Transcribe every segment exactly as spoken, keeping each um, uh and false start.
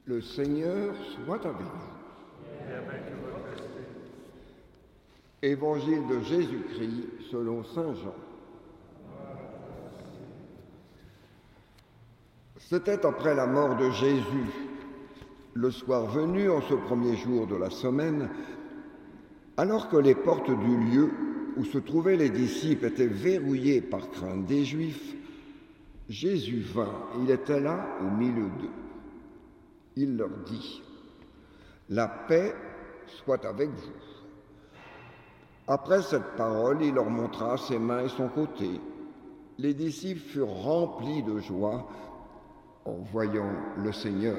Le Seigneur soit avec vous. Et avec votre esprit. Évangile de Jésus-Christ selon saint Jean. C'était après la mort de Jésus, le soir venu, en ce premier jour de la semaine, alors que les portes du lieu où se trouvaient les disciples étaient verrouillées par crainte des Juifs, Jésus vint, il était là au milieu d'eux. Il leur dit : « La paix soit avec vous. » Après cette parole, il leur montra ses mains et son côté. Les disciples furent remplis de joie en voyant le Seigneur.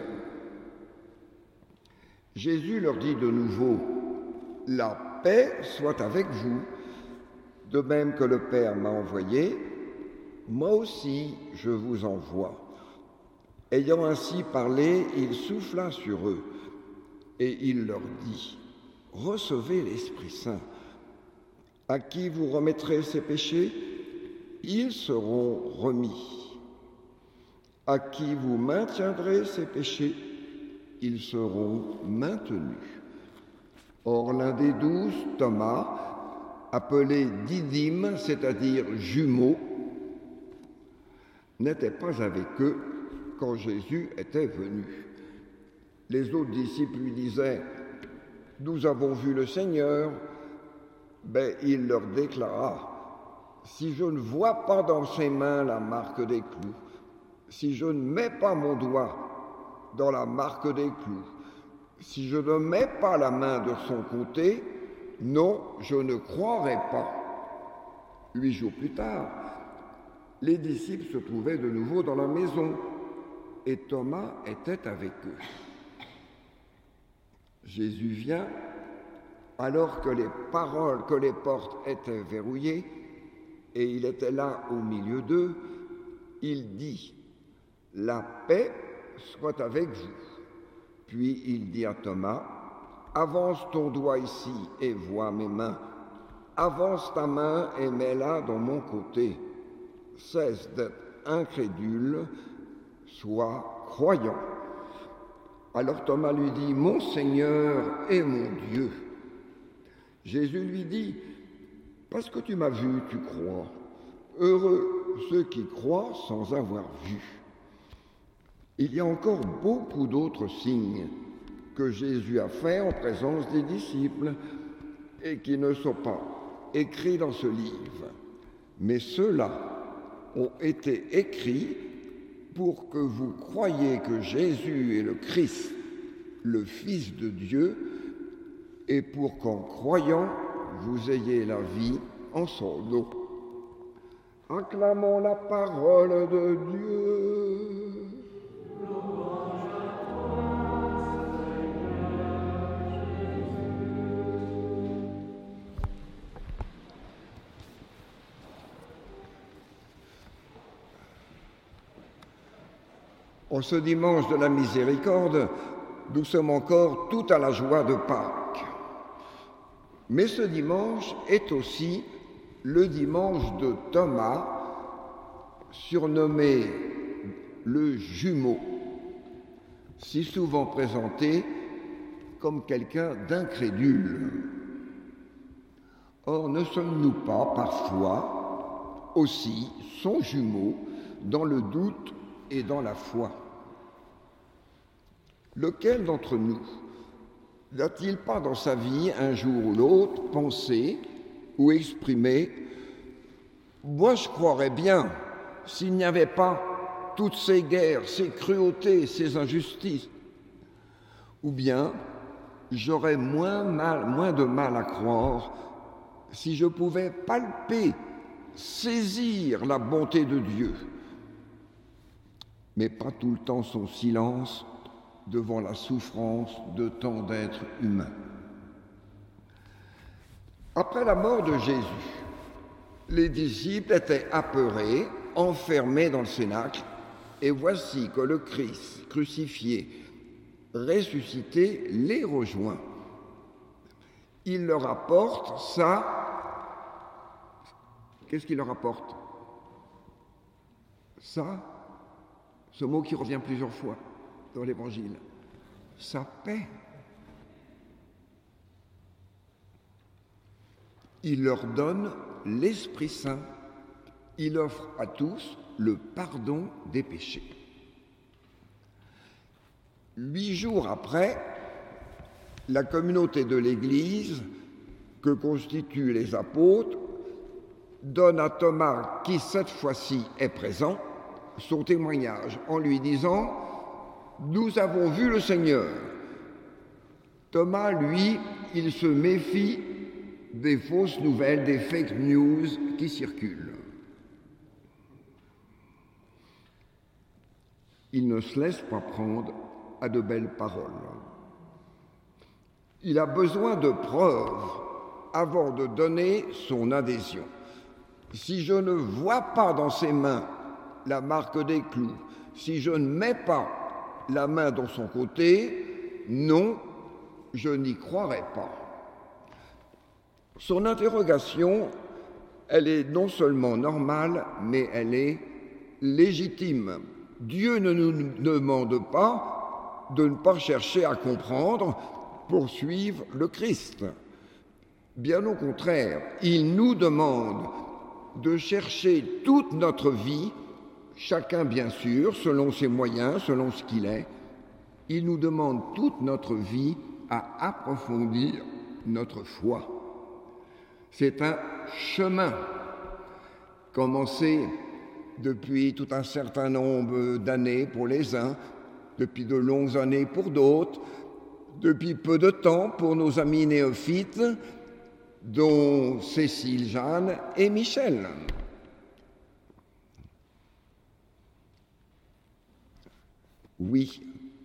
Jésus leur dit de nouveau : « La paix soit avec vous. De même que le Père m'a envoyé, moi aussi je vous envoie. » Ayant ainsi parlé, il souffla sur eux et il leur dit : « Recevez l'Esprit Saint. À qui vous remettrez ces péchés, ils seront remis. À qui vous maintiendrez ces péchés, ils seront maintenus. » Or l'un des douze, Thomas, appelé Didyme, c'est-à-dire jumeau, n'était pas avec eux quand Jésus était venu. Les autres disciples lui disaient : « Nous avons vu le Seigneur. » Ben, il leur déclara : « Si je ne vois pas dans ses mains la marque des clous, si je ne mets pas mon doigt dans la marque des clous, si je ne mets pas la main de son côté, non, je ne croirai pas. » Huit jours plus tard, les disciples se trouvaient de nouveau dans la maison et Thomas était avec eux. Jésus vient, alors que les paroles, que les portes étaient verrouillées, et il était là au milieu d'eux, il dit : « La paix soit avec vous. » Puis il dit à Thomas : « Avance ton doigt ici et vois mes mains. Avance ta main et mets-la dans mon côté. Cesse d'être incrédule, sois croyant. » Alors Thomas lui dit : « Mon Seigneur et mon Dieu. » Jésus lui dit : « Parce que tu m'as vu, tu crois. Heureux ceux qui croient sans avoir vu. » Il y a encore beaucoup d'autres signes que Jésus a faits en présence des disciples et qui ne sont pas écrits dans ce livre. Mais ceux-là ont été écrits pour que vous croyiez que Jésus est le Christ, le Fils de Dieu, et pour qu'en croyant, vous ayez la vie en son nom. Acclamons la parole de Dieu. En ce dimanche de la miséricorde, nous sommes encore tout à la joie de Pâques. Mais ce dimanche est aussi le dimanche de Thomas, surnommé le jumeau, si souvent présenté comme quelqu'un d'incrédule. Or, ne sommes-nous pas parfois aussi son jumeau dans le doute et dans la foi? Lequel d'entre nous n'a-t-il pas dans sa vie, un jour ou l'autre, pensé ou exprimé : moi je croirais bien s'il n'y avait pas toutes ces guerres, ces cruautés, ces injustices, ou bien j'aurais moins, mal, moins de mal à croire si je pouvais palper, saisir la bonté de Dieu, mais pas tout le temps son silence devant la souffrance de tant d'êtres humains. Après la mort de Jésus, les disciples étaient apeurés, enfermés dans le cénacle, et voici que le Christ crucifié, ressuscité, les rejoint. Il leur apporte ça. Qu'est-ce qu'il leur apporte ? Ça, ce mot qui revient plusieurs fois dans l'Évangile. sa paix. Il leur donne l'Esprit Saint. Il offre à tous le pardon des péchés. Huit jours après, la communauté de l'Église, que constituent les apôtres, donne à Thomas, qui cette fois-ci est présent, son témoignage en lui disant « Nous avons vu le Seigneur ». Thomas, lui, il se méfie des fausses nouvelles, des fake news qui circulent. Il ne se laisse pas prendre à de belles paroles. Il a besoin de preuves avant de donner son adhésion. Si je ne vois pas dans ses mains la marque des clous, si je ne mets pas la main dans son côté, non, je n'y croirai pas. Son interrogation, elle est non seulement normale, mais elle est légitime. Dieu ne nous demande pas de ne pas chercher à comprendre pour suivre le Christ. Bien au contraire, il nous demande de chercher toute notre vie, chacun bien sûr, selon ses moyens, selon ce qu'il est. Il nous demande toute notre vie à approfondir notre foi. C'est un chemin commencé depuis tout un certain nombre d'années pour les uns, depuis de longues années pour d'autres, depuis peu de temps pour nos amis néophytes, dont Cécile, Jeanne et Michel. Oui,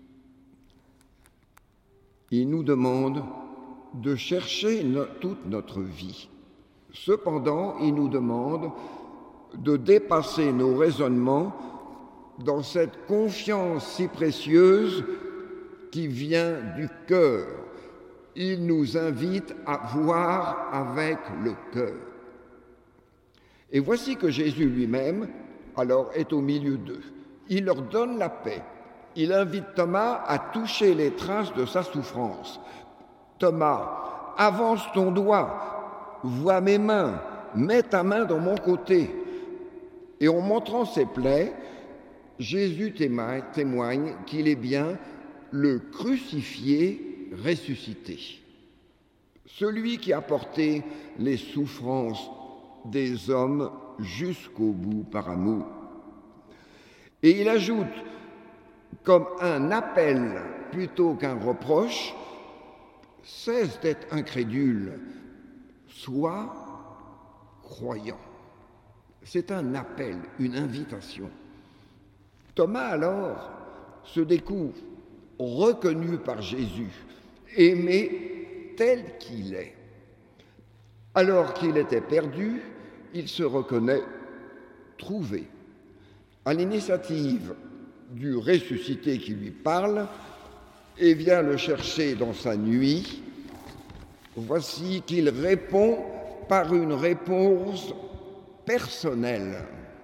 il nous demande de chercher no- toute notre vie. Cependant, il nous demande de dépasser nos raisonnements dans cette confiance si précieuse qui vient du cœur. Il nous invite à voir avec le cœur. Et voici que Jésus lui-même, alors, est au milieu d'eux. Il leur donne la paix. Il invite Thomas à toucher les traces de sa souffrance. Thomas, avance ton doigt, vois mes mains, mets ta main dans mon côté. Et en montrant ses plaies, Jésus témoigne qu'il est bien le crucifié ressuscité. Celui qui a porté les souffrances des hommes jusqu'au bout par amour. Et il ajoute, comme un appel plutôt qu'un reproche, cesse d'être incrédule, sois croyant. C'est un appel, une invitation. Thomas alors se découvre reconnu par Jésus, aimé tel qu'il est. Alors qu'il était perdu, il se reconnaît trouvé. À l'initiative du ressuscité qui lui parle et vient le chercher dans sa nuit, voici qu'il répond par une réponse personnelle.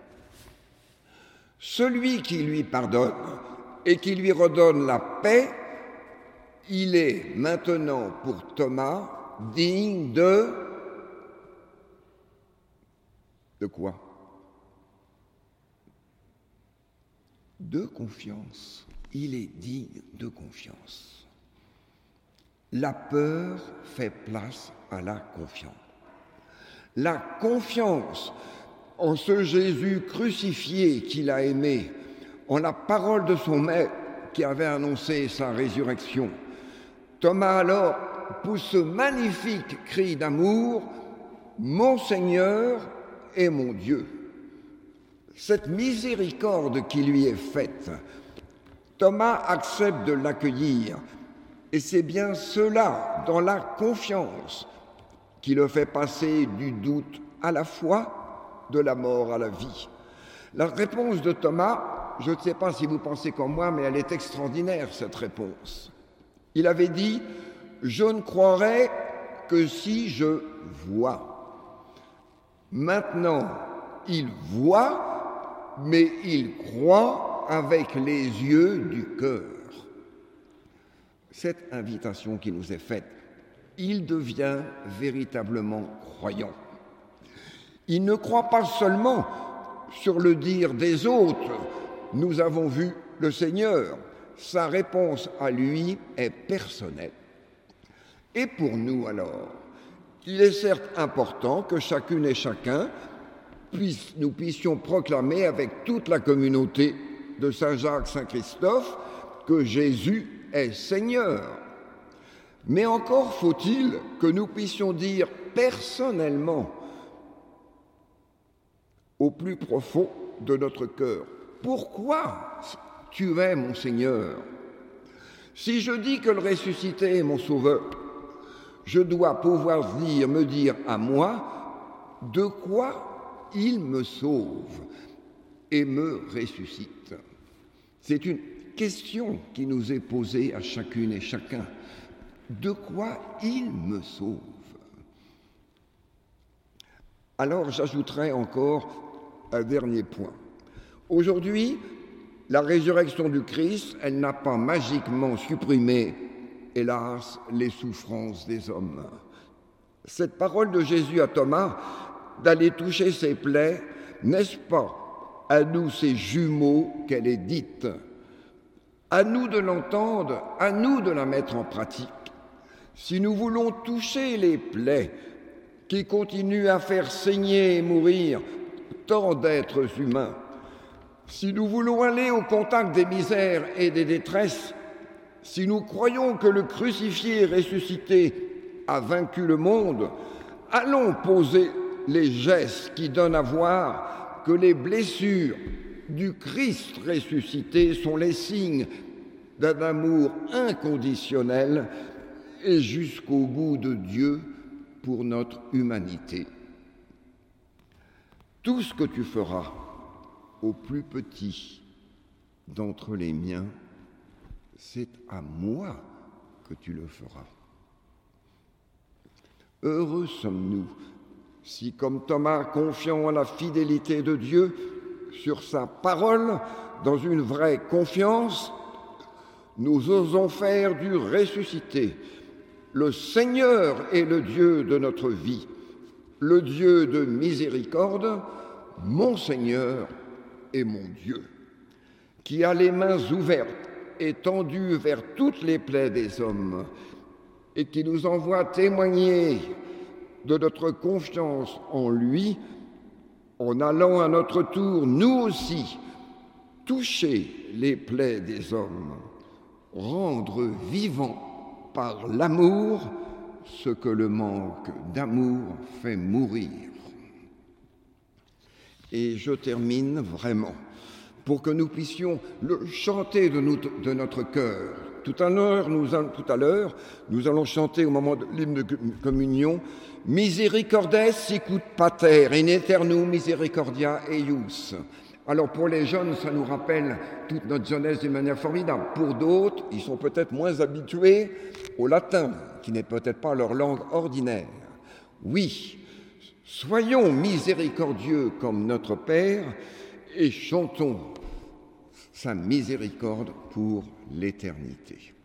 Celui qui lui pardonne et qui lui redonne la paix, il est maintenant pour Thomas digne de... De quoi? De confiance. Il est digne de confiance. La peur fait place à la confiance. La confiance en ce Jésus crucifié qu'il a aimé, en la parole de son maître qui avait annoncé sa résurrection. Thomas alors pousse ce magnifique cri d'amour, « Mon Seigneur et mon Dieu ». Cette miséricorde qui lui est faite, Thomas accepte de l'accueillir, et c'est bien cela, dans la confiance, qui le fait passer du doute à la foi, de la mort à la vie. La réponse de Thomas, je ne sais pas si vous pensez comme moi, mais elle est extraordinaire, cette réponse. Il avait dit « Je ne croirai que si je vois ». Maintenant, il voit, mais il croit avec les yeux du cœur. cette invitation qui nous est faite, il devient véritablement croyant. Il ne croit pas seulement sur le dire des autres, nous avons vu le Seigneur. Sa réponse à lui est personnelle. Et pour nous alors, il est certes important que chacune et chacun puisse, nous puissions proclamer avec toute la communauté de Saint-Jacques-Saint-Christophe que Jésus est Seigneur. Mais encore faut-il que nous puissions dire personnellement, au plus profond de notre cœur, pourquoi tu es mon Seigneur? Si je dis que le ressuscité est mon sauveur, je dois pouvoir dire, me dire à moi de quoi il me sauve et me ressuscite. C'est une question qui nous est posée à chacune et chacun. De quoi il me sauve? Alors j'ajouterai encore un dernier point. Aujourd'hui, la résurrection du Christ, elle n'a pas magiquement supprimé, hélas, les souffrances des hommes. Cette parole de Jésus à Thomas, d'aller toucher ses plaies, n'est-ce pas à nous, ces jumeaux, qu'elle est dite? À nous de l'entendre, à nous de la mettre en pratique. Si nous voulons toucher les plaies qui continuent à faire saigner et mourir tant d'êtres humains, si nous voulons aller au contact des misères et des détresses, si nous croyons que le crucifié ressuscité a vaincu le monde, allons poser les gestes qui donnent à voir que les blessures du Christ ressuscité sont les signes d'un amour inconditionnel et jusqu'au bout de Dieu pour notre humanité. Tout ce que tu feras au plus petit d'entre les miens, c'est à moi que tu le feras. Heureux sommes-nous si, comme Thomas, confiant en la fidélité de Dieu sur sa parole, dans une vraie confiance, nous osons faire du ressuscité le Seigneur et le Dieu de notre vie, le Dieu de miséricorde, mon Seigneur et mon Dieu, qui a les mains ouvertes et tendues vers toutes les plaies des hommes et qui nous envoie témoigner de notre confiance en lui en allant à notre tour, nous aussi, toucher les plaies des hommes, rendre vivant par l'amour ce que le manque d'amour fait mourir. Et je termine vraiment pour que nous puissions le chanter de, nous, de notre cœur. Tout à l'heure, nous, tout à l'heure, nous allons chanter au moment de l'hymne de communion « Misericordes sicut pater, in aeternum misericordia eius ». Alors pour les jeunes, ça nous rappelle toute notre jeunesse d'une manière formidable. Pour d'autres, ils sont peut-être moins habitués au latin, qui n'est peut-être pas leur langue ordinaire. Oui, soyons miséricordieux comme notre Père et chantons sa miséricorde pour l'éternité.